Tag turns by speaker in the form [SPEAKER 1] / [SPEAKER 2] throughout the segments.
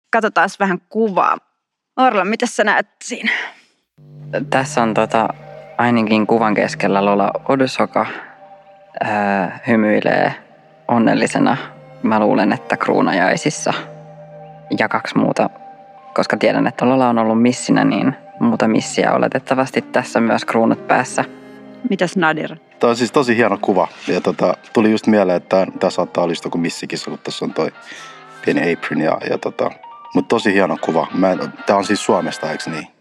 [SPEAKER 1] katsotaan vähän kuvaa. Orla, mitä sä näet siinä?
[SPEAKER 2] Tässä on ainakin kuvan keskellä Lola Odusoka hymyilee onnellisena. Mä luulen, että kruunajaisissa. Ja 2 muuta, koska tiedän, että Lola on ollut missinä, niin muuta missiä oletettavasti tässä myös kruunut päässä.
[SPEAKER 1] Mitäs Nadir?
[SPEAKER 3] Tämä on siis tosi hieno kuva. Ja tuli just mieleen, että tämä saattaa olla just joku missikissa, kun tässä on toi pieni apron. Mutta tosi hieno kuva. Tämä on siis Suomesta, eikö niin?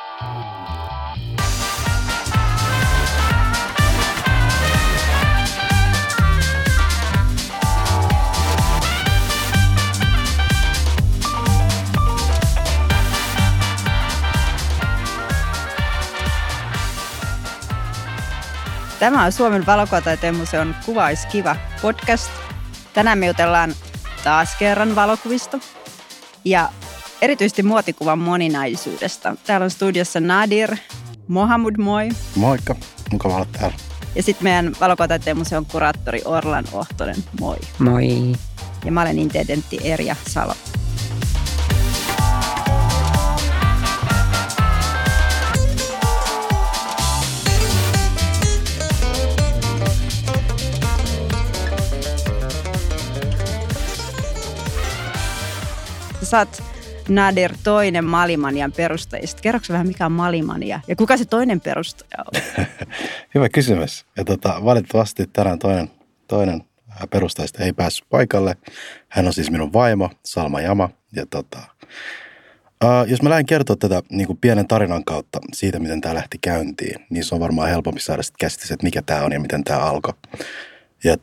[SPEAKER 1] Tämä on Suomen Valokuvataiteiden museon Kuva olisi kiva podcast. Tänään me jutellaan taas kerran valokuvista ja erityisesti muotikuvan moninaisuudesta. Täällä on studiossa Nadir. Mohamud, moi.
[SPEAKER 3] Moikka, mukava olla täällä.
[SPEAKER 1] Ja sitten meidän Valokuvataiteiden museon kuraattori Orlan Ohtonen, moi.
[SPEAKER 2] Moi.
[SPEAKER 1] Ja mä olen intendentti Erja Salo. Sä oot, Nadir, toinen Malimanian perustajista. Kerroksä vähän, mikä on Malimania ja kuka se toinen perustaja on?
[SPEAKER 3] Hyvä kysymys. Ja valitettavasti tänään toinen perustajista ei päässyt paikalle. Hän on siis minun vaimo, Salma Jama. Ja jos mä lähden kertoa tätä niin kuin pienen tarinan kautta siitä, miten tämä lähti käyntiin, niin se on varmaan helpompi saada sitten käsitys, että mikä tämä on ja miten tämä alkoi. Ja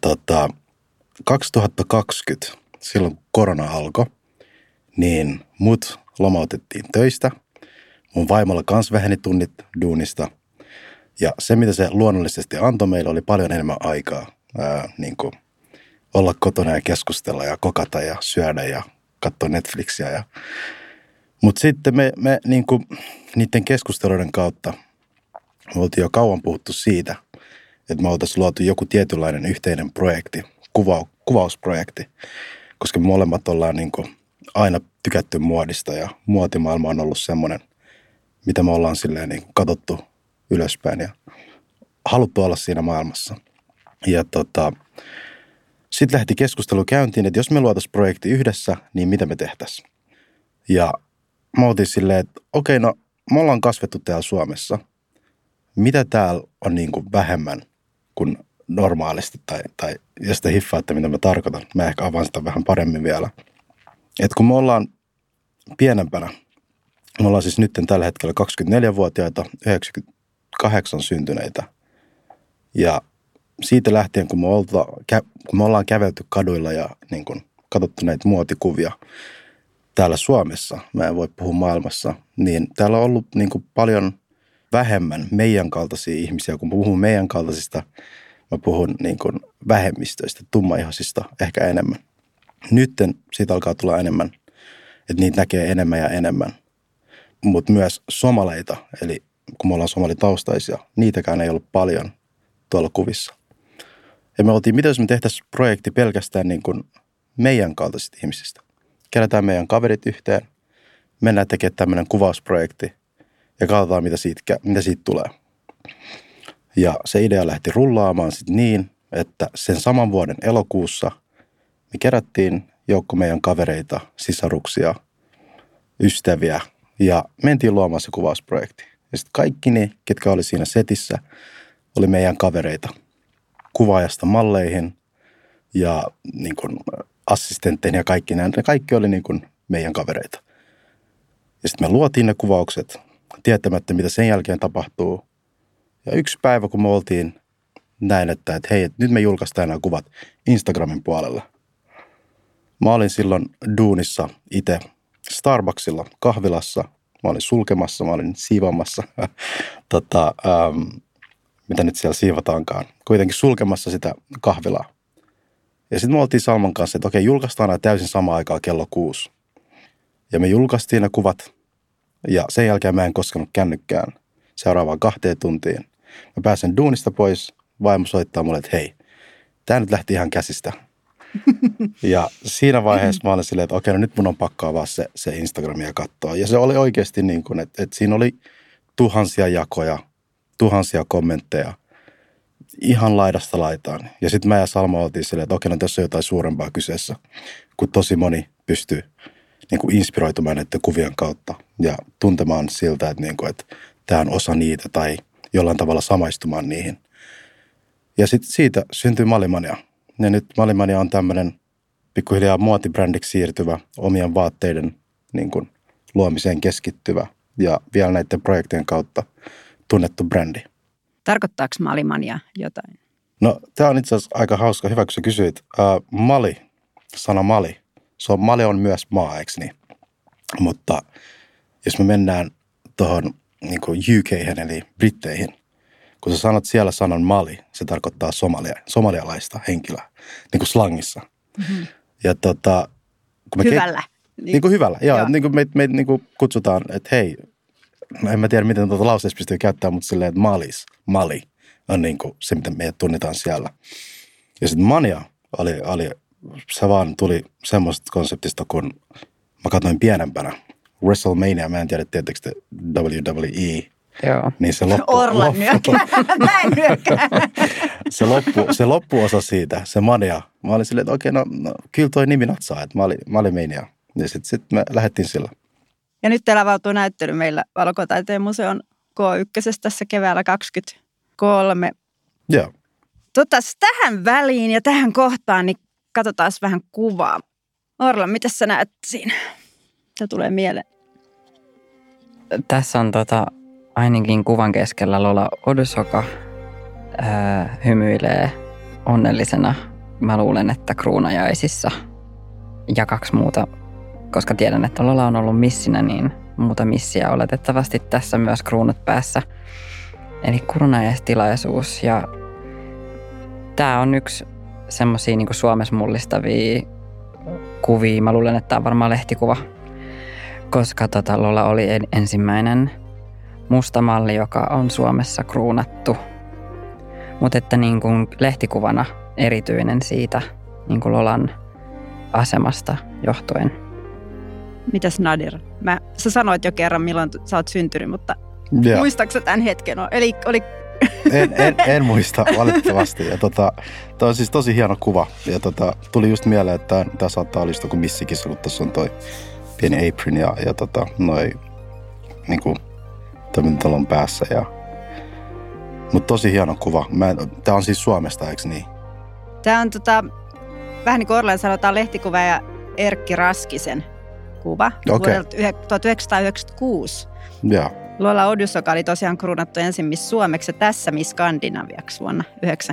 [SPEAKER 3] 2020, silloin korona alkoi, niin mut lomautettiin töistä. Mun vaimolla kans väheni tunnit duunista. Ja se, mitä se luonnollisesti antoi meille, oli paljon enemmän aikaa niin kuin olla kotona ja keskustella ja kokata ja syödä ja katsoa Netflixiä. Mutta sitten me niin kuin niiden keskusteluiden kautta me oltiin jo kauan puhuttu siitä, että me oltaisiin luotu joku tietynlainen yhteinen projekti, kuvausprojekti, koska me molemmat ollaan niin kuin aina tykätty muodista ja muotimaailma on ollut semmoinen, mitä me ollaan silleen niin katsottu ylöspäin ja haluttu olla siinä maailmassa. Ja sitten lähti keskustelu käyntiin, että jos me luotaisiin projekti yhdessä, niin mitä me tehtäisiin. Ja mä oltiin silleen, että okei, no me ollaan kasvettu täällä Suomessa. Mitä täällä on niin kuin vähemmän kuin normaalisti tai jos te hiffaatte, mitä mä tarkoitan. Mä ehkä avaan sitä vähän paremmin vielä. Että kun me ollaan pienempänä, me ollaan siis nyt tällä hetkellä 24-vuotiaita, 98 syntyneitä. Ja siitä lähtien, kun me ollaan kävelty kaduilla ja niin kun katsottu näitä muotikuvia täällä Suomessa, mä en voi puhua maailmassa, niin täällä on ollut niin kun paljon vähemmän meidän kaltaisia ihmisiä. Kun puhun meidän kaltaisista, mä puhun niin kun vähemmistöistä, tummaihoisista ehkä enemmän. Nytten siitä alkaa tulla enemmän, että niitä näkee enemmän ja enemmän. Mutta myös somaleita, eli kun me ollaan somalitaustaisia, niitäkään ei ollut paljon tuolla kuvissa. Ja me oltiin, mitä jos me tehtäisiin projekti pelkästään niin kuin meidän kaltaisista ihmisistä. Kerätään meidän kaverit yhteen, mennään tekemään tämmöinen kuvausprojekti ja katsotaan, mitä siitä tulee. Ja se idea lähti rullaamaan sitten niin, että sen saman vuoden elokuussa me kerättiin joukko meidän kavereita, sisaruksia, ystäviä ja mentiin luomaan se kuvausprojekti. Ja sitten kaikki ne, ketkä oli siinä setissä, oli meidän kavereita. Kuvaajasta malleihin ja niin kuin assistentteihin ja kaikki nämä. Ne kaikki oli niin kuin meidän kavereita. Ja sitten me luotiin ne kuvaukset, tietämättä mitä sen jälkeen tapahtuu. Ja yksi päivä, kun me oltiin näin, että hei, nyt me julkaistaan nämä kuvat Instagramin puolella. Mä olin silloin duunissa itse Starbucksilla kahvilassa. Mä olin sulkemassa, mä olin siivoamassa. Mitä nyt siellä siivotaankaan. Kuitenkin sulkemassa sitä kahvilaa. Ja sitten me oltiin Salman kanssa, että okei, julkaistaan nämä täysin samaan aikaan kello 6. Ja me julkaistiin ne kuvat. Ja sen jälkeen mä en koskenut kännykkään seuraavaan 2 tuntiin. Mä pääsen duunista pois. Vaimo soittaa mulle, että hei, tää nyt lähti ihan käsistä. Ja siinä vaiheessa mä olin silleen, että okei, no nyt mun on pakko avaa se Instagramia katsoa. Ja se oli oikeasti niin kuin, että siinä oli tuhansia jakoja, tuhansia kommentteja ihan laidasta laitaan. Ja sitten mä ja Salma oltiin silleen, että okei, no tässä on jotain suurempaa kyseessä, kun tosi moni pystyy niin kuin inspiroitumaan näiden kuvien kautta ja tuntemaan siltä, että, niin kuin, että tämä on osa niitä tai jollain tavalla samaistumaan niihin. Ja sitten siitä syntyi Malimania. Ja nyt Malimania on tämmöinen pikkuhiljaa muotibrändiksi siirtyvä, omien vaatteiden niin kuin, luomiseen keskittyvä ja vielä näiden projektien kautta tunnettu brändi.
[SPEAKER 1] Tarkoittaako Malimania jotain?
[SPEAKER 3] No, tämä on itse asiassa aika hauska. Hyvä, kun sä kysyit. Mali, sana Mali. Mali on myös maa, eikö niin? Mutta jos me mennään tuohon niin kuin UK:hen eli Britteihin, kun sä sanot siellä sanan Mali, se tarkoittaa somalialaista henkilöä, niin kuin slangissa. Mm-hmm. Ja kun
[SPEAKER 1] hyvällä.
[SPEAKER 3] Niin kuin hyvällä, joo. Niin kuin me niin kuin kutsutaan, että hei, en mä tiedä miten lauseessa pystyy käyttämään, mutta silleen, että Mali on niin kuin se, mitä me tunnetaan siellä. Ja sitten Mania se vaan tuli semmoista konseptista, kun mä katsoin pienempänä WrestleMania, mä en tiedä, tietääkö te WWE.
[SPEAKER 2] Joo.
[SPEAKER 3] Niin se
[SPEAKER 1] Orlan nyökkää. Mä en nyökkää.
[SPEAKER 3] Se loppuosa siitä, se Mania. Mä olin silleen, että okei, no kyllä toi nimi natsaa, että Malimania. Ja sitten me lähdettiin sillä.
[SPEAKER 1] Ja nyt teillä avautuu näyttely meillä Valokuvataiteen museon K1 tässä keväällä 2023.
[SPEAKER 3] Joo.
[SPEAKER 1] Tähän väliin ja tähän kohtaan, niin katsotaan vähän kuvaa. Orla, mitä sä näet siinä? Mitä tulee mieleen?
[SPEAKER 2] Tässä on ainakin kuvan keskellä Lola Odusoka hymyilee onnellisena. Mä luulen, että kruunajaisissa. Ja 2 muuta, koska tiedän, että Lola on ollut missinä, niin muuta missiä oletettavasti tässä myös kruunut päässä. Eli kruunajaistilaisuus. Ja tää on yksi semmosia niin kuin Suomessa mullistavia kuvia. Mä luulen, että tää on varmaan lehtikuva. Koska Lola oli ensimmäinen musta malli, joka on Suomessa kruunattu. Mutta että niin kuin lehtikuvana erityinen siitä niin kuin Lolan asemasta johtuen.
[SPEAKER 1] Mitäs Nadir? Sä sanoit jo kerran, milloin sä oot syntynyt, mutta muistaaksä tämän hetken? Eli oli...
[SPEAKER 3] En muista valitettavasti. Ja tämä on siis tosi hieno kuva. Ja tuli just mieleen, että tämä saattaa olla just joku missikissa, kun tässä on toi pieni apron ja noi niinku toimintatalon päässä. Mutta tosi hieno kuva. Tämä on siis Suomesta, eikö niin?
[SPEAKER 1] Tämä on vähän niin kuin Orlen sanotaan lehtikuva ja Erkki Raskisen kuva vuodelta 1996.
[SPEAKER 3] Joo.
[SPEAKER 1] Lola Odusoka oli tosiaan kruunattu ensin Miss Suomeksi ja tässä Miss Skandinaviaksi vuonna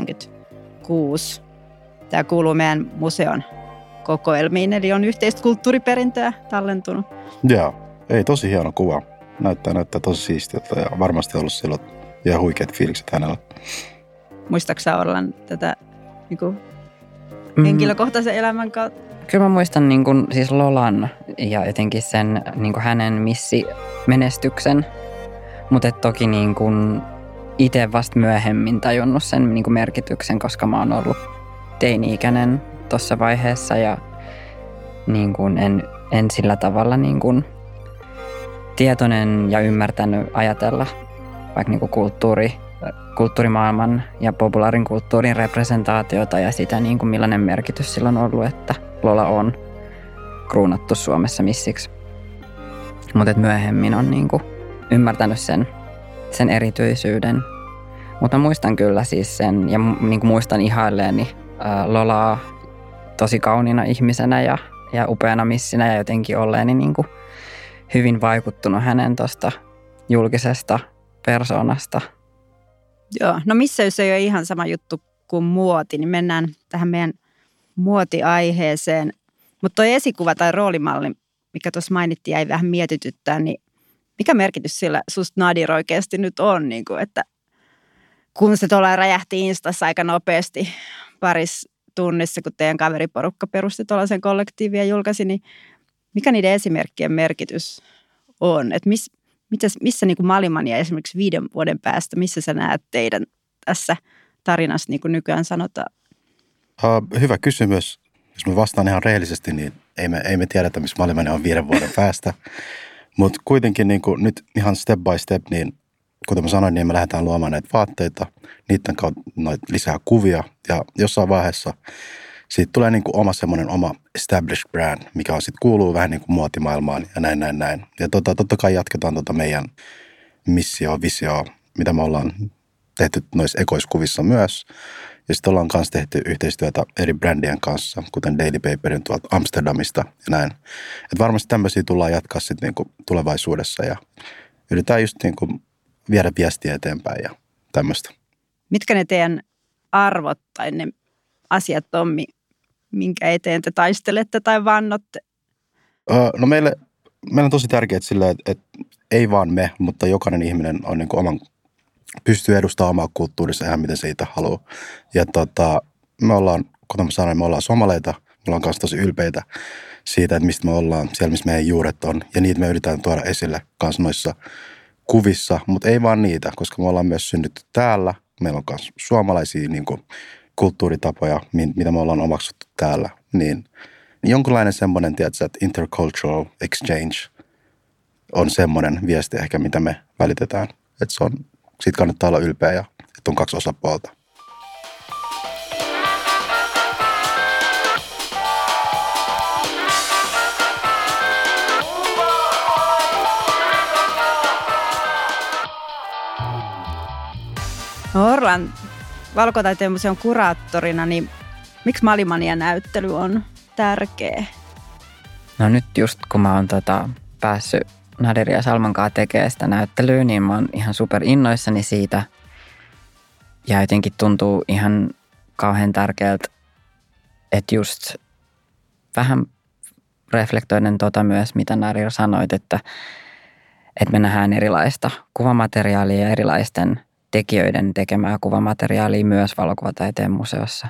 [SPEAKER 1] 1996. Tämä kuuluu meidän museon kokoelmiin, eli on yhteistä kulttuuriperintöä tallentunut.
[SPEAKER 3] Joo, ei tosi hieno kuva. Näyttää tosi siistiltä ja varmasti ollut silloin ihan huikeat fiilikset hänellä.
[SPEAKER 1] Muistatko sä Orlan tätä niin henkilökohtaisen elämän kautta?
[SPEAKER 2] Kyllä mä muistan niin kuin, siis Lolan ja jotenkin sen niin kuin hänen missimenestyksen, mutta toki niin kuin itse vasta myöhemmin tajunnut sen niin kuin merkityksen, koska mä oon ollut teini-ikäinen tuossa vaiheessa ja niin kuin en sillä tavalla niin kuin tietoinen ja ymmärtänyt ajatella vaikka niin kuin kulttuurimaailman ja populaarin kulttuurin representaatiota ja sitä, niin kuin millainen merkitys sillä on ollut, että Lola on kruunattu Suomessa missiksi. Mutta myöhemmin on niin kuin ymmärtänyt sen erityisyyden. Mutta muistan kyllä siis sen ja niin kuin muistan ihailleeni Lolaa tosi kauniina ihmisenä ja upeana missinä ja jotenkin olleeni niin kuin hyvin vaikuttunut hänen tuosta julkisesta persoonasta.
[SPEAKER 1] Joo, no missä jos ei ole ihan sama juttu kuin muoti, niin mennään tähän meidän muotiaiheeseen. Mutta tuo esikuva tai roolimalli, mikä tuossa mainittiin, jäi vähän mietityttää, niin mikä merkitys sillä susta Nadir oikeasti nyt on? Niin kuin, että kun se tuolla räjähti Instassa aika nopeasti parissa tunnissa, kun teidän kaveriporukka perusti tuollaisen kollektiivin ja julkaisi, niin mikä niiden esimerkkien merkitys on? Että missä niin kuin Malimania esimerkiksi 5 vuoden päästä, missä sä näet teidän tässä tarinassa, niin kuin nykyään sanotaan?
[SPEAKER 3] Hyvä kysymys. jos mä vastaan ihan rehellisesti, niin ei me tiedetä, missä Malimania on 5 vuoden päästä. Mutta kuitenkin niin kuin nyt ihan step by step, niin kuten mä sanoin, niin me lähdetään luomaan näitä vaatteita, niiden kautta noita lisää kuvia ja jossain vaiheessa siitä tulee niin kuin oma established brand, mikä on sitten kuuluu vähän niin kuin muotimaailmaan ja näin. Ja totta kai jatketaan meidän visio, mitä me ollaan tehty noissa ekoiskuvissa myös. Ja sitten ollaan myös tehty yhteistyötä eri brändien kanssa, kuten Daily Paperin tuolta Amsterdamista ja näin. Et varmasti tämmöisiä tullaan jatkaa sitten niin kuin tulevaisuudessa ja yritetään just niin kuin viedä viestiä eteenpäin ja tämmöistä.
[SPEAKER 1] Mitkä ne teidän arvot tai ne asiat on, minkä eteen te taistelette tai vannotte?
[SPEAKER 3] No meille on tosi tärkeää sillä, että ei vaan me, mutta jokainen ihminen on niin kuin pystyy edustamaan omaa kulttuurissa ihan miten se itse haluaa. Ja me ollaan, kuten mä sanoin, me ollaan somaleita, me ollaan kanssa tosi ylpeitä siitä, että mistä me ollaan, siellä missä meidän juuret on. Ja niitä me yritetään tuoda esille kanssa noissa kuvissa, mutta ei vaan niitä, koska me ollaan myös synnytty täällä. Meillä on myös suomalaisia niin kuin kulttuuritapoja, mitä me ollaan omaksuttu täällä. Niin jonkinlainen semmoinen, tiedätkö, että intercultural exchange on semmoinen viesti ehkä, mitä me välitetään. Että siitä kannattaa olla ylpeä ja että on 2 osapuolta.
[SPEAKER 1] Orlan Valokuvataiteen museon kuraattorina, niin miksi Malimania-näyttely on tärkeä?
[SPEAKER 2] No nyt just kun mä oon päässyt Naderi ja Salman kanssa tekemään sitä näyttelyä, niin mä oon ihan super innoissani siitä. Ja jotenkin tuntuu ihan kauhean tärkeältä, että just vähän reflektoiden myös, mitä Nadir sanoit, että me nähdään erilaista kuvamateriaalia ja erilaisten tekijöiden tekemää kuvamateriaalia myös Valokuvataiteen museossa.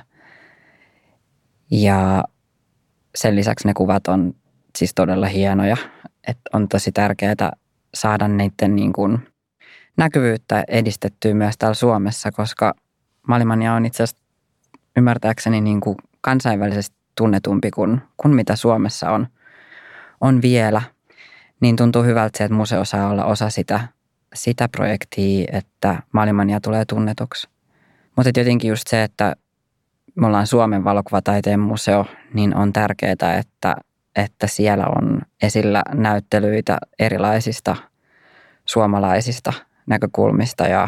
[SPEAKER 2] Ja sen lisäksi ne kuvat on siis todella hienoja, että on tosi tärkeää saada niiden niin kuin näkyvyyttä edistettyä myös täällä Suomessa, koska Malimania on itse asiassa ymmärtääkseni niin kuin kansainvälisesti tunnetumpi kuin mitä Suomessa on vielä. Niin tuntuu hyvältä se, että museo saa olla osa sitä projektia, että Malimania tulee tunnetuksi. Mutta jotenkin just se, että me ollaan Suomen valokuvataiteen museo, niin on tärkeää, että siellä on esillä näyttelyitä erilaisista suomalaisista näkökulmista ja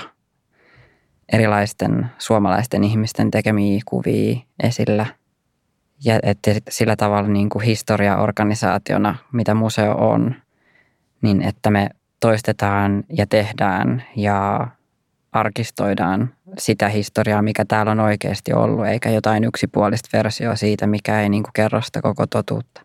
[SPEAKER 2] erilaisten suomalaisten ihmisten tekemiä kuvia esillä. Ja että sillä tavalla niin kuin historiaorganisaationa, mitä museo on, niin että me toistetaan ja tehdään ja arkistoidaan sitä historiaa, mikä täällä on oikeasti ollut, eikä jotain yksipuolista versioa siitä, mikä ei niin kuin kerro sitä koko totuutta.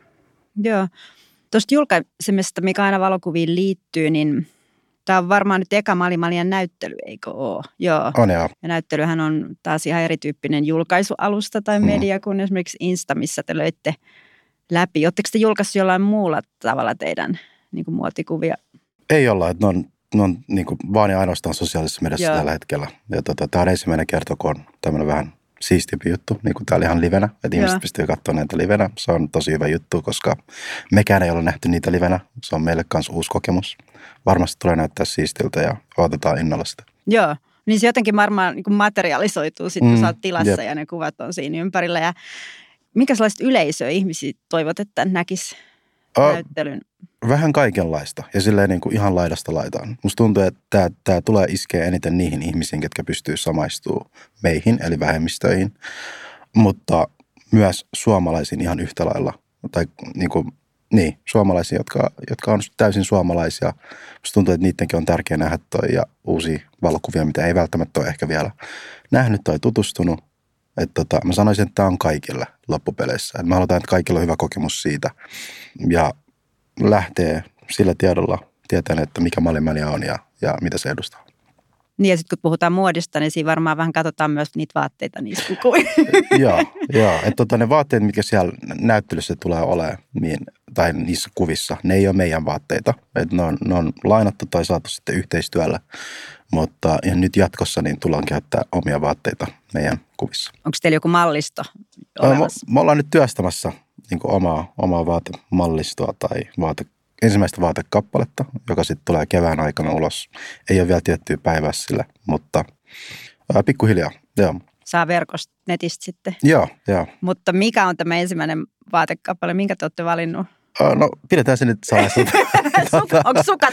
[SPEAKER 1] Joo. Tuosta julkaisemista, mikä aina valokuviin liittyy, niin tämä on varmaan nyt eka Malimanian näyttely, eikö ole? Joo.
[SPEAKER 3] On joo.
[SPEAKER 1] Ja näyttelyhän on taas ihan erityyppinen julkaisualusta tai media kuin esimerkiksi Insta, missä te löitte läpi. Oletteko te julkaissut jollain muulla tavalla teidän niin kuin muotikuvia?
[SPEAKER 3] Ei olla, että ne on niin kuin vaan ja ainoastaan sosiaalisessa mediassa tällä hetkellä. Ja tämä on ensimmäinen kerta, kun on tämmöinen vähän siistimpi juttu, niin kuin täällä ihan livenä. Että ihmiset pystyy katsoa näitä livenä. Se on tosi hyvä juttu, koska mekään ei ole nähty niitä livenä. Se on meille kanssa uusi kokemus. Varmasti tulee näyttää siistiltä ja odotetaan innolla sitä.
[SPEAKER 1] Joo, niin se jotenkin varmaan niin kuin materialisoituu sitten, kun sä oot tilassa ja ne kuvat on siinä ympärillä. Ja minkälaista yleisöä ihmisiä toivot, että näkisi näyttelyn?
[SPEAKER 3] Vähän kaikenlaista ja silleen niin kuin ihan laidasta laitaan. Musta tuntuu, että tämä tulee iskeä eniten niihin ihmisiin, ketkä pystyy samaistumaan meihin, eli vähemmistöihin, mutta myös suomalaisiin ihan yhtä lailla. Tai suomalaisiin, jotka on täysin suomalaisia. Musta tuntuu, että niidenkin on tärkeää nähdä ja uusia valokuvia, mitä ei välttämättä ole ehkä vielä nähnyt tai tutustunut. Että mä sanoisin, että tämä on kaikille loppupeleissä. Että mä halutaan, että kaikilla on hyvä kokemus siitä ja lähtee sillä tiedolla tietäen, että mikä Malimania on ja mitä se edustaa.
[SPEAKER 1] Niin ja sitten kun puhutaan muodista, niin siinä varmaan vähän katsotaan myös niitä vaatteita niissä kuvissa.
[SPEAKER 3] Joo. Että ne vaatteet, mitkä siellä näyttelyssä tulee olemaan, tai niissä kuvissa, ne ei ole meidän vaatteita. Että ne on lainattu tai saatu sitten yhteistyöllä. Mutta nyt jatkossa niin tullaan käyttää omia vaatteita meidän kuvissa.
[SPEAKER 1] Onko teillä joku mallisto olemassa?
[SPEAKER 3] Me ollaan nyt työstämässä niin kuin omaa vaatemallistoa tai ensimmäistä vaatekappaletta, joka sitten tulee kevään aikana ulos. Ei ole vielä tiettyä päivää sille, mutta pikkuhiljaa, joo.
[SPEAKER 1] Saa verkosta netistä sitten.
[SPEAKER 3] Joo.
[SPEAKER 1] Mutta mikä on tämä ensimmäinen vaatekappale? Minkä te olette valinnut?
[SPEAKER 3] No pidetään se nyt salaisuutta.
[SPEAKER 1] Onko sukat?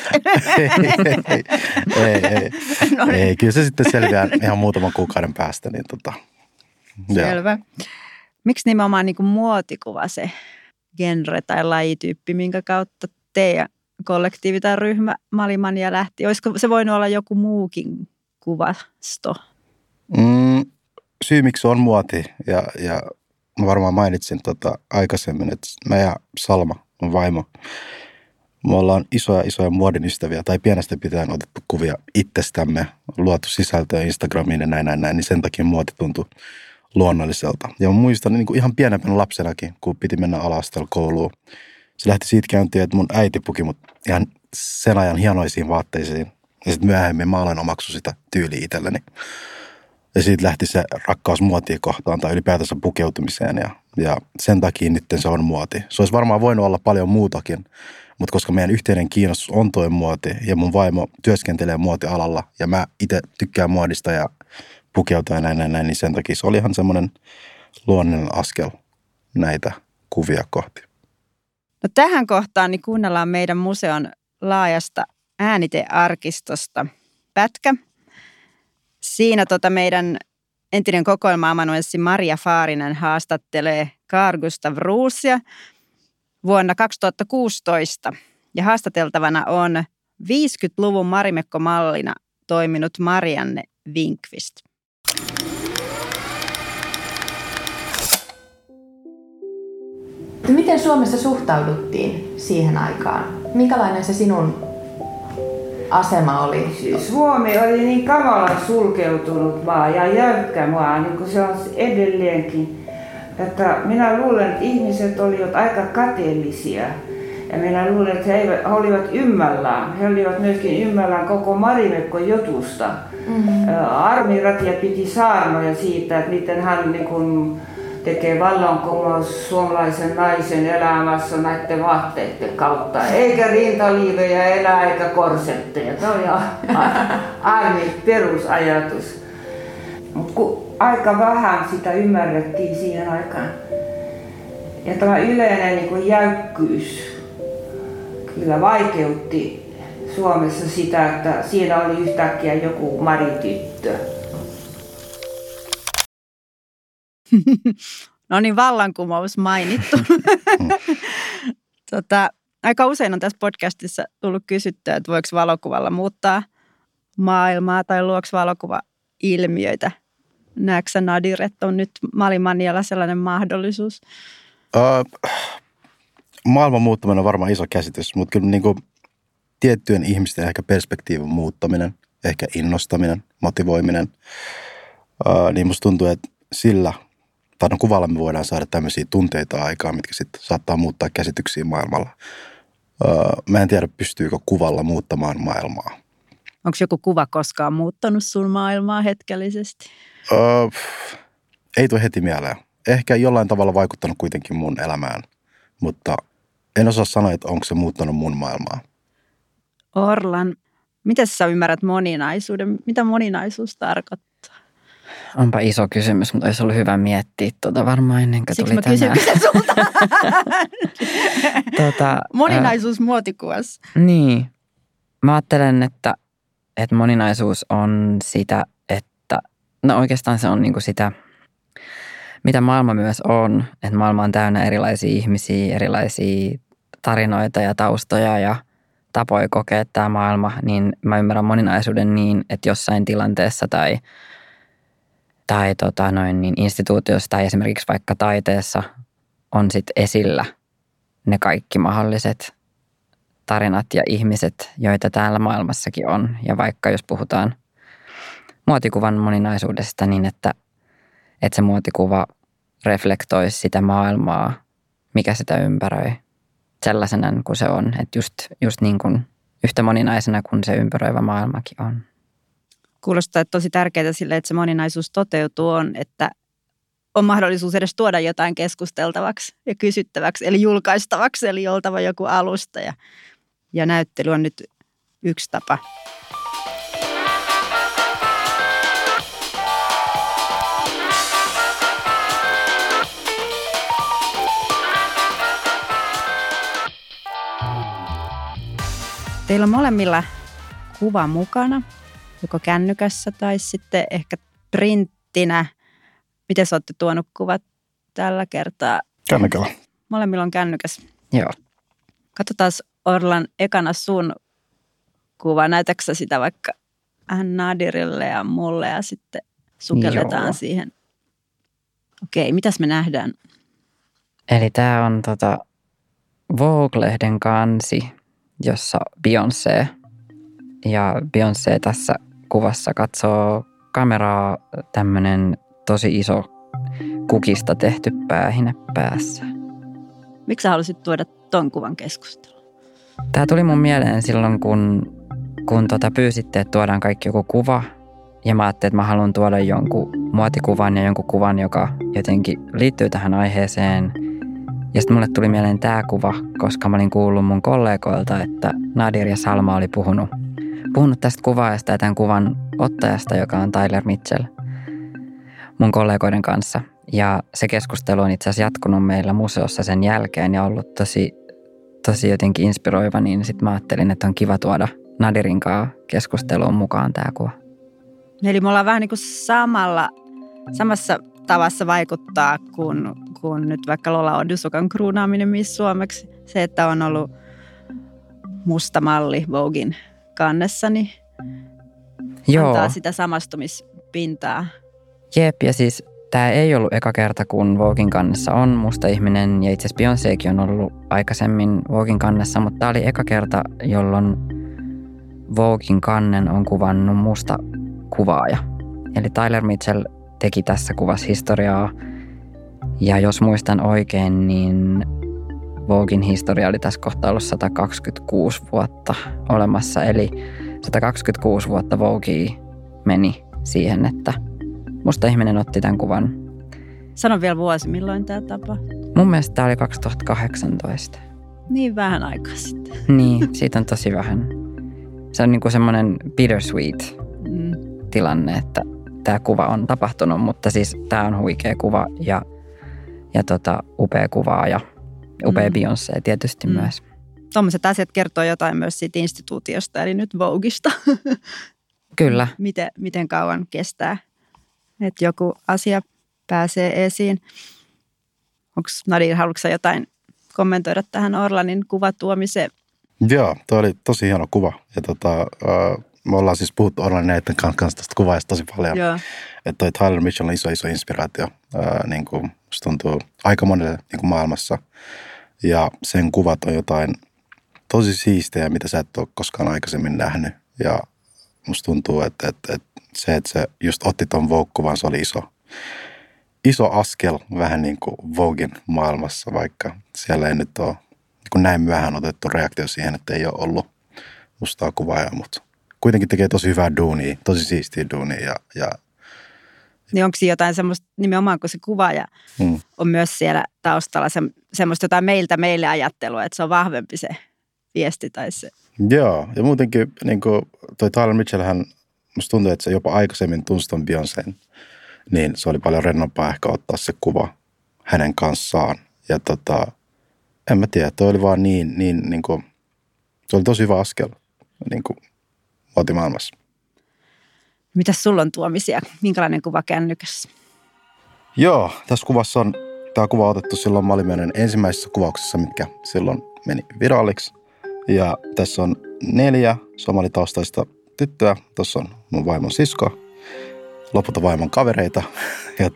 [SPEAKER 3] Ei. No niin. Ei, kyllä se sitten selviää ihan muutaman kuukauden päästä. Niin
[SPEAKER 1] Selvä. Miksi nimenomaan niin kuin muotikuva se genre tai lajityyppi, minkä kautta teidän kollektiivi tai ryhmä Malimania lähti? Olisiko se voinut olla joku muukin kuvasto?
[SPEAKER 3] Syy miksi on muoti ja mä varmaan mainitsin aikaisemmin, että mä ja Salma, mun vaimo, me ollaan isoja muodin ystäviä tai pienestä pitäen otettu kuvia itsestämme, luotu sisältöä Instagramiin ja näin, niin sen takia muoti tuntui luonnolliselta. Ja mä muistan niin kuin ihan pienempänä lapsenakin, kun piti mennä ala-asteella kouluun. Se lähti siitä käyntiin, että mun äiti puki mut ihan sen ajan hienoisiin vaatteisiin. Ja sitten myöhemmin mä aloin omaksu sitä tyyliä itselleni. Ja siitä lähti se rakkaus muotia kohtaan tai ylipäätänsä pukeutumiseen ja sen takia nyt se on muoti. Se olisi varmaan voinut olla paljon muutakin, mutta koska meidän yhteinen kiinnostus on toi muoti ja mun vaimo työskentelee muotialalla ja mä itse tykkään muodista ja pukeutua ja näin, niin sen takia se oli ihan semmoinen luonnollinen askel näitä kuvia kohti.
[SPEAKER 1] No tähän kohtaan niin kuunnellaan meidän museon laajasta äänitearkistosta pätkä. Siinä meidän entinen kokoelma-amanuenssi Maria Faarinen haastattelee Carl Gustav Roosia vuonna 2016. Ja haastateltavana on 50-luvun Marimekko-mallina toiminut Marianne Winkvist.
[SPEAKER 4] Miten Suomessa suhtauduttiin siihen aikaan? Minkälainen se sinun asema oli?
[SPEAKER 5] Siis Suomi oli niin kamalan sulkeutunut maa ja jäykkä maa, niin kuin se on edelleenkin. Että minä luulen, että ihmiset olivat aika kateellisia. Ja minä luulen, että he olivat ymmällään. He olivat myöskin ymmällään koko Marimekon jutusta. Armi Ratia piti saarnoja siitä, että miten hän niin kuin tekee vallankumous suomalaisen naisen elämässä näiden vaatteiden kautta. Eikä rintaliivejä enää eikä korsetteja. Se oli Armin perusajatus. Mutta aika vähän sitä ymmärrettiin siihen aikaan. Ja tämä yleinen niin kuin jäykkyys kyllä vaikeutti Suomessa sitä, että siinä oli yhtäkkiä joku marityttö.
[SPEAKER 1] No niin, vallankumous mainittu. Aika usein on tässä podcastissa tullut kysyttyä, että voiko valokuvalla muuttaa maailmaa tai luoksi valokuva-ilmiöitä. Näetkö sä, Nadir, että on nyt Malimanialla sellainen mahdollisuus?
[SPEAKER 3] Maailman muuttaminen on varmaan iso käsitys, mutta kyllä niin kuin tiettyjen ihmisten ehkä perspektiivin muuttaminen, ehkä innostaminen, motivoiminen, niin musta tuntuu, että sillä kuvalla me voidaan saada tämmöisiä tunteita aikaan, mitkä sitten saattaa muuttaa käsityksiä maailmalla. Mä en tiedä, pystyykö kuvalla muuttamaan maailmaa.
[SPEAKER 1] Onko joku kuva koskaan muuttanut sun maailmaa hetkellisesti?
[SPEAKER 3] Ei tule heti mieleen. Ehkä jollain tavalla vaikuttanut kuitenkin mun elämään, mutta en osaa sanoa, että onko se muuttanut mun maailmaa.
[SPEAKER 1] Orlan, miten sä ymmärrät moninaisuuden? Mitä moninaisuus tarkoittaa?
[SPEAKER 2] Onpa iso kysymys, mutta olisi ollut hyvä miettiä varmaan ennen kuin tuli tänään.
[SPEAKER 1] Siksi mä kysyn sulta. Moninaisuus muotikuvassa.
[SPEAKER 2] Niin. Mä ajattelen, että moninaisuus on sitä, että no oikeastaan se on niinku sitä, mitä maailma myös on. Että maailma on täynnä erilaisia ihmisiä, erilaisia tarinoita ja taustoja ja tapoja kokea tämä maailma. Niin mä ymmärrän moninaisuuden niin, että jossain tilanteessa tai instituutiossa tai esimerkiksi vaikka taiteessa on sit esillä ne kaikki mahdolliset tarinat ja ihmiset, joita täällä maailmassakin on. Ja vaikka jos puhutaan muotikuvan moninaisuudesta, niin että se muotikuva reflektoisi sitä maailmaa, mikä sitä ympäröi sellaisena kuin se on. Että just niin kuin yhtä moninaisena kuin se ympäröivä maailmakin on.
[SPEAKER 1] Kuulostaa tosi tärkeää sille, että se moninaisuus toteutuu, on, että on mahdollisuus edes tuoda jotain keskusteltavaksi ja kysyttäväksi, eli julkaistavaksi, eli oltava joku alusta. Ja näyttely on nyt yksi tapa. Teillä on molemmilla kuva mukana, joko kännykässä tai sitten ehkä printtinä. Miten sä olette tuonut kuvat tällä kertaa?
[SPEAKER 3] Kännykällä.
[SPEAKER 1] Molemmilla on kännykäs.
[SPEAKER 2] Joo.
[SPEAKER 1] Katsotaan Orlan ekana sun kuva. Näytätkö sä sitä vaikka Nadirille ja mulle ja sitten sukelletaan siihen. Okei, mitäs me nähdään?
[SPEAKER 2] Eli tää on Vogue-lehden kansi, jossa Beyoncé. Ja Beyoncé tässä kuvassa katsoo kameraa, tämmönen tosi iso kukista tehty päähine päässä.
[SPEAKER 1] Miksi sä halusit tuoda ton kuvan keskusteluun?
[SPEAKER 2] Tää tuli mun mieleen silloin, kun pyysitte, että tuodaan kaikki joku kuva. Ja mä ajattelin, että mä haluan tuoda jonkun muotikuvan ja jonkun kuvan, joka jotenkin liittyy tähän aiheeseen. Ja sitten mulle tuli mieleen tää kuva, koska mä olin kuullut mun kollegoilta, että Nadir ja Salma oli puhunut tästä kuvaajasta ja tämän kuvan ottajasta, joka on Tyler Mitchell, mun kollegoiden kanssa. Ja se keskustelu on itse asiassa jatkunut meillä museossa sen jälkeen ja ollut tosi jotenkin inspiroiva, niin sitten mä ajattelin, että on kiva tuoda Nadirin kanssa keskusteluun mukaan tämä kuva.
[SPEAKER 1] Eli me ollaan vähän niin kuin samassa tavassa vaikuttaa kuin nyt vaikka Lola Odusukan kruunaaminen Miss Suomeksi. Se, että on ollut musta malli Voguein kannessa, niin antaa sitä samastumispintaa.
[SPEAKER 2] Jep, ja siis tämä ei ollut eka kerta, kun Voguein kannessa on musta ihminen, ja itse asiassa Beyoncékin on ollut aikaisemmin Voguein kannessa, mutta tämä oli eka kerta, jolloin Voguein kannen on kuvannut musta kuvaaja. Eli Tyler Mitchell teki tässä kuvassa historiaa, ja jos muistan oikein, niin Voguein historia oli tässä kohtaa ollut 126 vuotta olemassa, eli 126 vuotta Voguea meni siihen, että musta ihminen otti tämän kuvan.
[SPEAKER 1] Sano vielä vuosi, milloin tämä tapahtui?
[SPEAKER 2] Mun mielestä tämä oli 2018.
[SPEAKER 1] Niin vähän aikaa sitten.
[SPEAKER 2] Niin, siitä on tosi vähän. Se on niinku semmoinen bittersweet tilanne, että tämä kuva on tapahtunut, mutta siis tämä on huikea kuva ja upea kuvaa ja upea Beyoncé tietysti myös.
[SPEAKER 1] Tuommoiset asiat kertoo jotain myös siitä instituutiosta, eli nyt Vogueista.
[SPEAKER 2] Kyllä.
[SPEAKER 1] Miten kauan kestää, että joku asia pääsee esiin. Onko Nadir, haluatko sä jotain kommentoida tähän Orlanin kuvatuomiseen?
[SPEAKER 3] Joo, tuo oli tosi hieno kuva. Ja me ollaan siis puhuttu Orlanin näiden kanssa tästä kuvaajasta tosi paljon. Joo. Että toi Tyler Mitchell on iso inspiraatio. Niin kuin musta tuntuu aika monelle niin kuin maailmassa. Ja sen kuvat on jotain tosi siistejä, mitä sä et ole koskaan aikaisemmin nähnyt. Ja musta tuntuu, että se just otti ton Vogue-kuvan, se oli iso askel vähän niin kuin Voguein maailmassa, vaikka siellä ei nyt ole niin kuin näin myöhään otettu reaktio siihen, että ei ole ollut mustaa kuvaajaa, mutta kuitenkin tekee tosi hyvää duunia, tosi siistiä duunia.
[SPEAKER 1] Niin onko siinä jotain semmoista, nimenomaan kun se kuvaaja on myös siellä taustalla semmoista jotain meille ajattelua, että se on vahvempi se viesti tai se.
[SPEAKER 3] Joo, ja muutenkin niin kuin toi Tyler Mitchellhän, musta tuntuu, että se jopa aikaisemmin tunsi ton Beyoncén, niin se oli paljon rennompaa ehkä ottaa se kuva hänen kanssaan. Ja en mä tiedä, toi oli vaan niin kuin, se oli tosi hyvä askel niin kuin muotimaailmassa.
[SPEAKER 1] Mitäs sulla on tuomisia? Minkälainen kuva kännykässä?
[SPEAKER 3] Joo, tässä kuvassa on, tämä kuva on otettu silloin, mä olin meidän ensimmäisessä kuvauksessa, mitkä silloin meni viraaliksi. Ja tässä on 4 somalitaustaista tyttöä. Tuossa on mun vaimon sisko, lopulta vaimon kavereita. Ja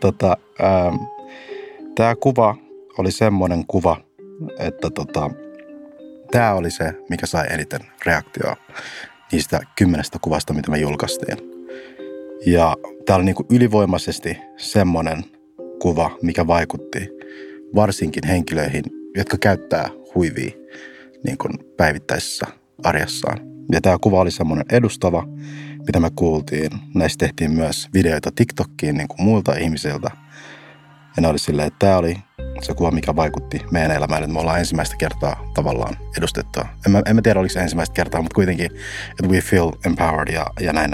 [SPEAKER 3] tämä kuva oli semmoinen kuva, että tämä oli se, mikä sai eniten reaktioa niistä 10 kuvasta, mitä me julkaistiin. Ja tämä oli niinku ylivoimaisesti semmoinen kuva, mikä vaikutti varsinkin henkilöihin, jotka käyttää huivia niin kuin päivittäisessä arjessaan. Ja tämä kuva oli semmoinen edustava, mitä me kuultiin. Näistä tehtiin myös videoita TikTokiin niin kuin muilta ihmisiltä. Ja ne oli silleen, että tämä oli se kuva, mikä vaikutti meidän elämään, että me ollaan ensimmäistä kertaa tavallaan edustettua. En mä tiedä, oliko se ensimmäistä kertaa, mutta kuitenkin, että we feel empowered ja näin.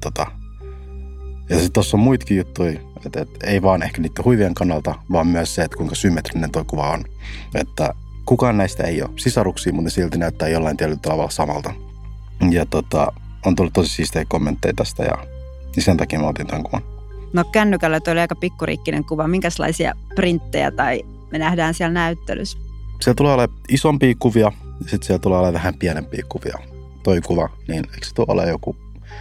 [SPEAKER 3] Ja sitten tuossa on muitakin juttuja, että ei vaan ehkä niiden huivien kannalta, vaan myös se, että kuinka symmetrinen tuo kuva on. Että kukaan näistä ei ole sisaruksia, mutta ne silti näyttää jollain tietyllä tavalla samalta. Ja on tullut tosi siistejä kommentteja tästä ja sen takia mä otin tämän kuvan.
[SPEAKER 1] No kännykällä toi oli aika pikkuriikkinen kuva. Minkälaisia printtejä tai me nähdään siellä näyttelyssä?
[SPEAKER 3] Siellä tulee olemaan isompia kuvia ja sitten siellä tulee olemaan vähän pienempiä kuvia. Toi kuva, niin eikö se tuo ole joku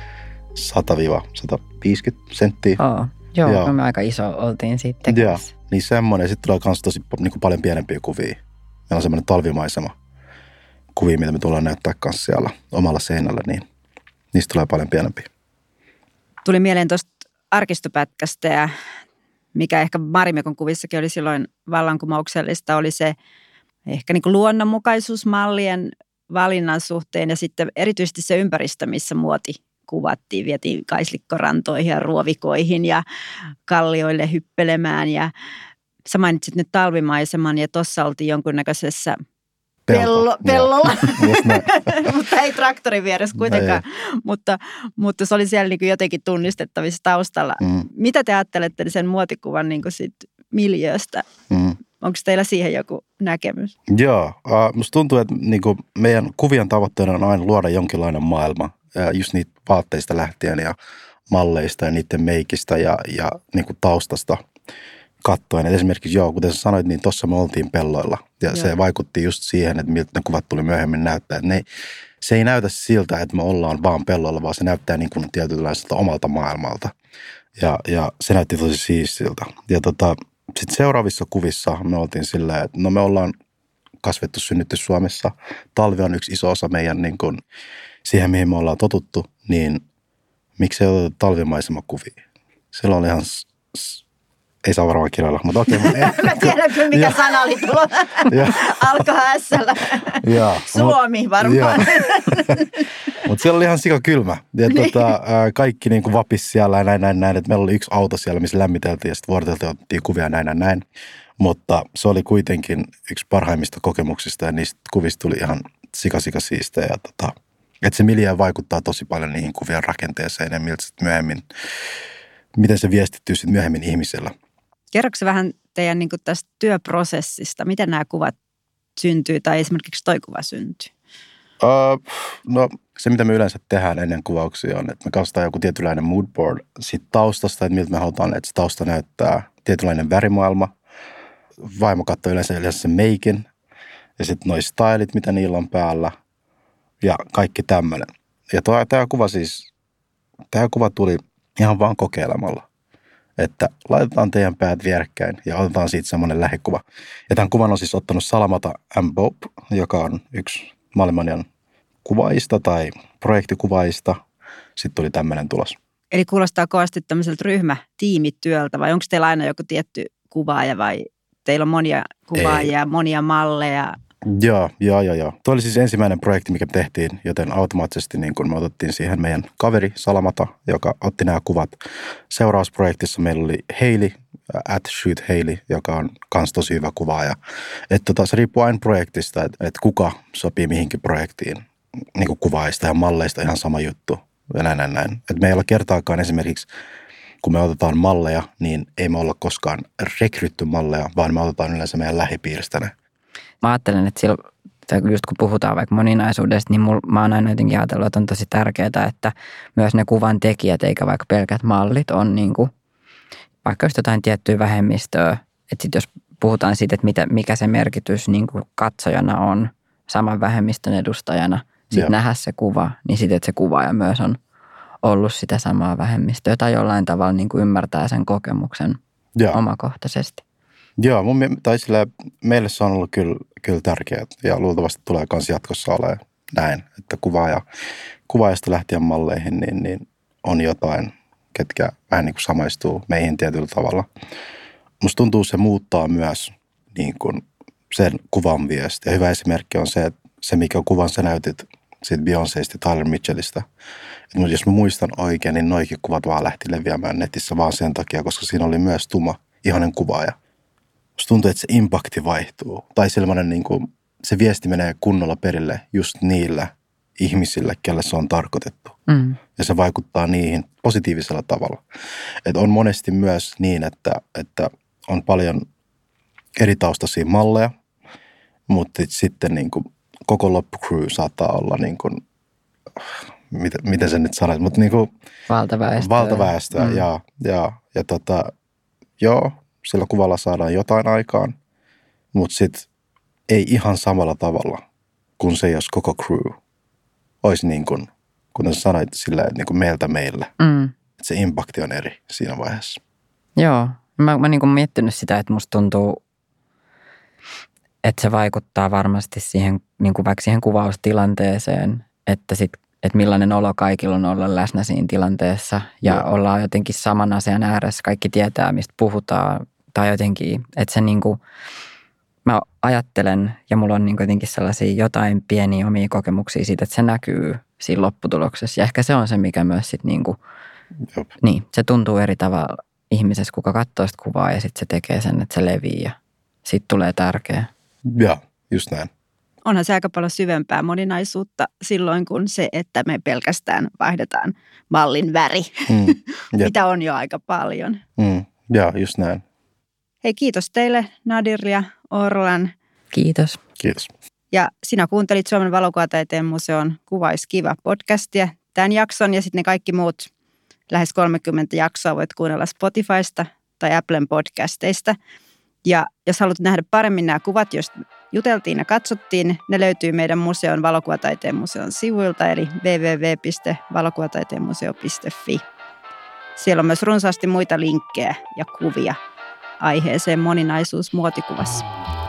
[SPEAKER 3] 100-150 senttiä?
[SPEAKER 2] Joo, no me aika iso oltiin sitten.
[SPEAKER 3] Joo, niin semmoinen. Sitten tulee myös tosi niin kuin paljon pienempiä kuvia. Meillä on semmoinen talvimaisema kuvia, mitä me tullaan näyttää kanssa siellä omalla seinällä, niin niistä tulee paljon pienempiä.
[SPEAKER 1] Tuli mieleen tuosta arkistopätkästä ja mikä ehkä Marimekon kuvissakin oli silloin vallankumouksellista, oli se ehkä niin kuin luonnonmukaisuusmallien valinnan suhteen ja sitten erityisesti se ympäristö, missä muoti kuvattiin, vietiin kaislikkorantoihin ja ruovikoihin ja kallioille hyppelemään ja sä mainitsit nyt talvimaiseman ja tuossa oltiin jonkunnäköisessä pellolla, mutta ei traktorin vieressä kuitenkaan, mutta se oli siellä niin kuin jotenkin tunnistettavissa taustalla. Mitä te ajattelette sen muotikuvan niin kuin sit miljööstä? Onko teillä siihen joku näkemys?
[SPEAKER 3] Joo, musta tuntuu, että niin kuin meidän kuvien tavoitteena on aina luoda jonkinlainen maailma, just niitä vaatteista lähtien ja malleista ja niiden meikistä ja niin kuin taustasta katsoen. Et esimerkiksi kuten sä sanoit, niin tuossa me oltiin pelloilla ja se vaikutti just siihen, että miltä ne kuvat tuli myöhemmin näyttää. Se ei näytä siltä, että me ollaan vaan pelloilla, vaan se näyttää niin kuin tietynlaiselta omalta maailmalta ja se näytti tosi siistiltä. Ja sitten seuraavissa kuvissa me oltiin silleen, että no me ollaan kasvettu, synnytty Suomessa. Talvi on yksi iso osa meidän niin kuin siihen, mihin me ollaan totuttu, niin miksi ei oteta talvimaisemakuvia? Silloin oli ihan ei saa varmaan kirjoilla, mutta okei.
[SPEAKER 1] Mä tiedän kyllä, mikä sana oli tulossa. Alkoi ässällä. Suomi varmaan.
[SPEAKER 3] Mutta siellä oli ihan sikakylmä. Ja kaikki niin kuin vapisi siellä ja näin. Että meillä oli yksi auto siellä, missä lämmiteltiin ja sitten vuoroteltiin ja otettiin kuvia näin. Mutta se oli kuitenkin yksi parhaimmista kokemuksista ja niistä kuvista tuli ihan siistejä. Että se miljö vaikuttaa tosi paljon niihin kuvien rakenteeseen ja miten se viestittyy sitten myöhemmin ihmisellä.
[SPEAKER 1] Kerroksä vähän teidän niin kuin tästä työprosessista? Miten nämä kuvat syntyy tai esimerkiksi toi kuva syntyy?
[SPEAKER 3] No se, mitä me yleensä tehdään ennen kuvauksia on, että me katsotaan joku tietynlainen moodboard siitä taustasta, että miltä me halutaan, että se tausta näyttää tietynlainen värimaailma. Vaimo katsoo yleensä sen meikin ja sitten noi stylit, mitä niillä on päällä ja kaikki tämmöinen. Ja tämä kuva tuli ihan vaan kokeilemalla, että laitetaan teidän päät vierekkäin ja otetaan siitä semmoinen lähikuva. Ja tämän kuvan on siis ottanut Salamata M. Bob, joka on yksi maailmanjan kuvaajista tai projektikuvaajista. Sitten tuli tämmöinen tulos.
[SPEAKER 1] Eli kuulostaa kovasti tämmöiseltä ryhmätiimityöltä vai onko teillä aina joku tietty kuvaaja vai teillä on monia kuvaajia, monia malleja?
[SPEAKER 3] Joo. Tuo oli siis ensimmäinen projekti, mikä tehtiin, joten automaattisesti niin kun me otettiin siihen meidän kaveri Salamata, joka otti nämä kuvat. Seuraavassa projektissa meillä oli Hailey, @shoothailey, joka on myös tosi hyvä kuvaaja. Että se riippuu aina projektista, että kuka sopii mihinkin projektiin, niin kuin kuvaajista ja malleista ihan sama juttu. Ja näin. Että me ei olla kertaakaan esimerkiksi, kun me otetaan malleja, niin ei me olla koskaan rekrytty malleja, vaan me otetaan yleensä meidän lähipiiristä ne.
[SPEAKER 2] Mä ajattelen, että just kun puhutaan vaikka moninaisuudesta, niin mä oon aina jotenkin ajatellut, että on tosi tärkeää, että myös ne kuvan tekijät, eikä vaikka pelkät mallit, on niin kuin, vaikka just jotain tiettyä vähemmistöä. Että sitten jos puhutaan siitä, että mikä se merkitys niin kuin katsojana on saman vähemmistön edustajana, sitten nähdä se kuva, niin sitten, että se kuvaaja myös on ollut sitä samaa vähemmistöä tai jollain tavalla niin kuin ymmärtää sen kokemuksen omakohtaisesti.
[SPEAKER 3] Joo, meille se on ollut kyllä tärkeää ja luultavasti tulee myös jatkossa olemaan näin, että kuvaajasta lähtien malleihin niin on jotain, ketkä vähän niin kuin samaistuu meihin tietyllä tavalla. Musta tuntuu, se muuttaa myös niin kuin sen kuvan viesti. Ja hyvä esimerkki on se, että se mikä kuvan sä näytit siitä Beyoncésta ja Tyler Mitchellistä. Mutta jos mä muistan oikein, niin noikin kuvat vaan lähti leviämään netissä vaan sen takia, koska siinä oli myös tuma ihanen kuvaaja. Musta tuntuu, että se impakti vaihtuu. Tai sellainen niin kuin, se viesti menee kunnolla perille just niillä ihmisillä, kelle se on tarkoitettu. Ja se vaikuttaa niihin positiivisella tavalla. Et on monesti myös niin, että on paljon eri taustaisia malleja, mutta sitten niin kuin koko loppukrew saattaa olla niin kuin, miten sen nyt sanoisi, mutta niin kuin valtaväestöä. Joo, sillä kuvalla saadaan jotain aikaan, mutta sitten ei ihan samalla tavalla kuin se, jos koko crew olisi niin kuin, kuten sanoit, sillä niin kuin meiltä meille. Että se impakti on eri siinä vaiheessa.
[SPEAKER 2] Joo, mä niin kuin miettinyt sitä, että musta tuntuu, että se vaikuttaa varmasti siihen, niin kuin vaikka siihen kuvaustilanteeseen, että millainen olo kaikilla on olla läsnä siinä tilanteessa ja ollaan jotenkin saman asian ääressä. Kaikki tietää, mistä puhutaan tai jotenkin, että se niin kuin, mä ajattelen ja mulla on niin kuin jotenkin sellaisia jotain pieniä omia kokemuksia siitä, että se näkyy siinä lopputuloksessa. Ja ehkä se on se, mikä myös sitten niin kuin, niin, se tuntuu eri tavalla ihmisessä, kuka katsoo sitä kuvaa ja sitten se tekee sen, että se levii ja siitä tulee tärkeä.
[SPEAKER 3] Joo, just näin.
[SPEAKER 1] Onhan se aika paljon syvempää moninaisuutta silloin, kun se, että me pelkästään vaihdetaan mallin väri, mitä on jo aika paljon.
[SPEAKER 3] Joo, just näin.
[SPEAKER 1] Hei, kiitos teille Nadir ja Orlan.
[SPEAKER 2] Kiitos.
[SPEAKER 3] Kiitos.
[SPEAKER 1] Ja sinä kuuntelit Suomen valokuvataiteen museon Kuvais kiva -podcastia. Tämän jakson ja sitten ne kaikki muut lähes 30 jaksoa voit kuunnella Spotifysta tai Applen podcasteista. Ja jos haluat nähdä paremmin nämä kuvat, joista juteltiin ja katsottiin, ne löytyy meidän museon Valokuvataiteen museon sivuilta, eli www.valokuvataiteenmuseo.fi. Siellä on myös runsaasti muita linkkejä ja kuvia aiheeseen moninaisuus muotikuvassa.